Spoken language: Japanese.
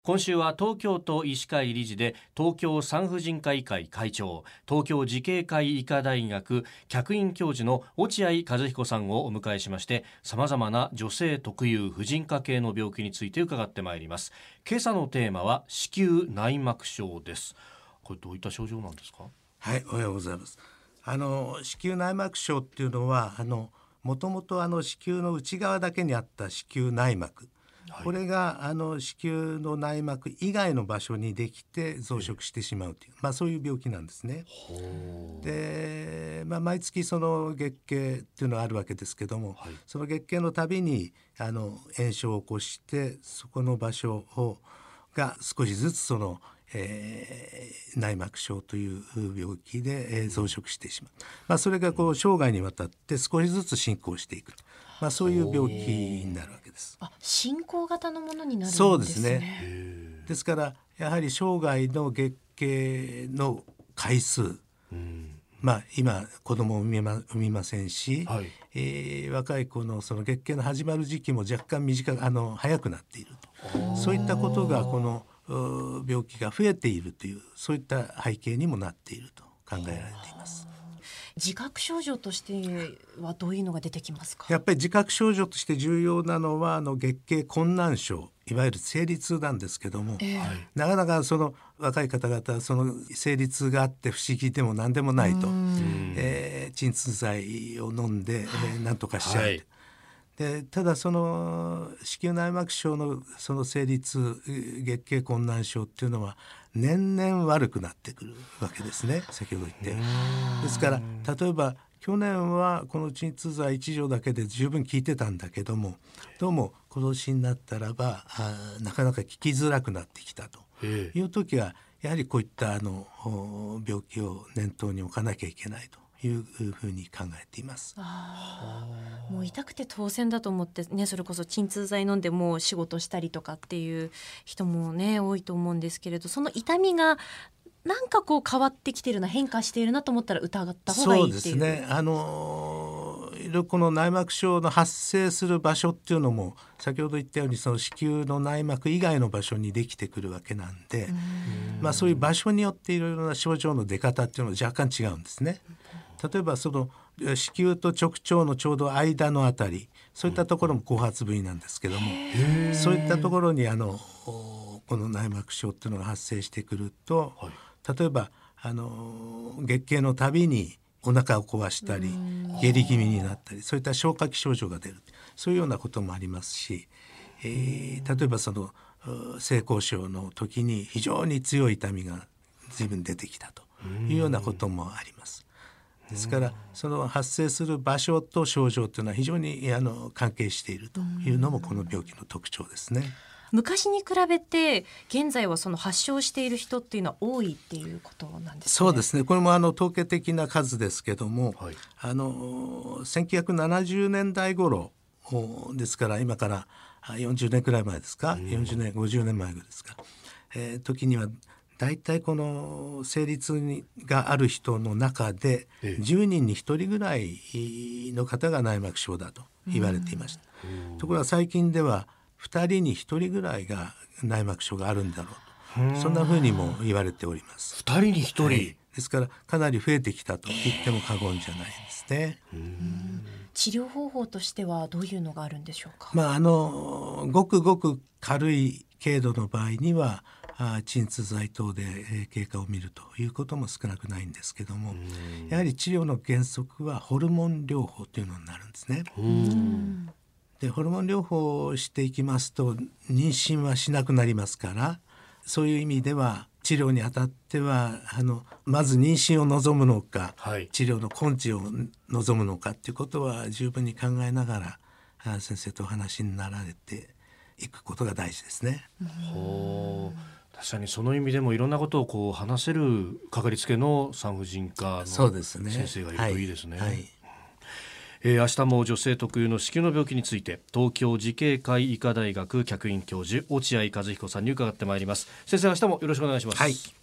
今週は東京都医師会理事で東京産婦人科医会会長、東京慈恵会医科大学客員教授の落合和彦さんをお迎えしまして、様々な女性特有婦人科系の病気について伺ってまいります。今朝のテーマは子宮内膜症です。これどういった症状なんですか？ はい、おはようございます。子宮内膜症っていうのはもともと子宮の内側だけにあった子宮内膜、これが子宮の内膜以外の場所にできて増殖してしまうという、そういう病気なんですね。で、毎月その月経っていうのがあるわけですけども、その月経のたびに炎症を起こして、そこの場所が少しずつ内膜症という病気で増殖してしまう、それが生涯にわたって少しずつ進行していく、そういう病気になるわけです。 進行型のものになるんですね。 そうですね。ですからやはり生涯の月経の回数、今子供を産みませんし、若い子のその月経の始まる時期も若干早くなっていると、そういったことがこの病気が増えているという、そういった背景にもなっていると考えられています。 自覚症状としてはどういうのが出てきますか？ やっぱり自覚症状として重要なのは月経困難症、いわゆる生理痛なんですけども、なかなかその若い方々はその生理痛があって不思議でも何でもないと、鎮痛剤を飲んで、何とかしちゃう、でただその子宮内膜症のその生理痛、月経困難症っていうのは年々悪くなってくるわけですね。先ほど言ってですから、例えば去年はこの鎮痛剤1錠だけで十分効いてたんだけども、どうも今年になったらばなかなか効きづらくなってきたという時は、やはりこういった病気を念頭に置かなきゃいけないというふうに考えています。 もう痛くて当然だと思ってね、それこそ鎮痛剤飲んでもう仕事したりとかっていう人もね多いと思うんですけれど、その痛みがなんか変わってきてるな、変化しているなと思ったら疑った方がいいっていう。 そうですね。この内膜症の発生する場所っていうのも先ほど言ったようにその子宮の内膜以外の場所にできてくるわけなんで、そういう場所によっていろいろな症状の出方っていうのは若干違うんですね。例えばその子宮と直腸のちょうど間のあたり、そういったところも後発部位なんですけども、そういったところにこの内膜症っていうのが発生してくると、例えば月経のたびにお腹を壊したり下痢気味になったり、そういった消化器症状が出る、そういうようなこともありますし、例えばその性交渉の時に非常に強い痛みが随分出てきたというようなこともあります。ですからその発生する場所と症状というのは非常に関係しているというのもこの病気の特徴ですね。 昔に比べて現在はその発症している人っていうのは多いっていうことなんですかね？ そうですね。これも統計的な数ですけども、1970年代頃ですから今から40年くらい前ですか、40年50年前ですか、時にはだいたいこの生理痛がある人の中で10人に1人ぐらいの方が内膜症だと言われていました。ところが最近では2人に1人ぐらいが内膜症があるんだろうと、そんなふうにも言われております。 2人に1人、 ですからかなり増えてきたと言っても過言じゃないですね。 治療方法としてはどういうのがあるんでしょうか？ ごくごく軽い軽度の場合には鎮痛剤等で経過を見るということも少なくないんですけども、やはり治療の原則はホルモン療法というのになるんですね。でホルモン療法をしていきますと妊娠はしなくなりますから、そういう意味では治療にあたってはまず妊娠を望むのか、治療の根治を望むのかということは十分に考えながら先生とお話になられていくことが大事ですね。 確かにその意味でもいろんなことを話せるかかりつけの産婦人科の先生がいるといいですね。明日も女性特有の子宮の病気について東京慈恵会医科大学客員教授落合和彦さんに伺ってまいります。先生、明日もよろしくお願いします。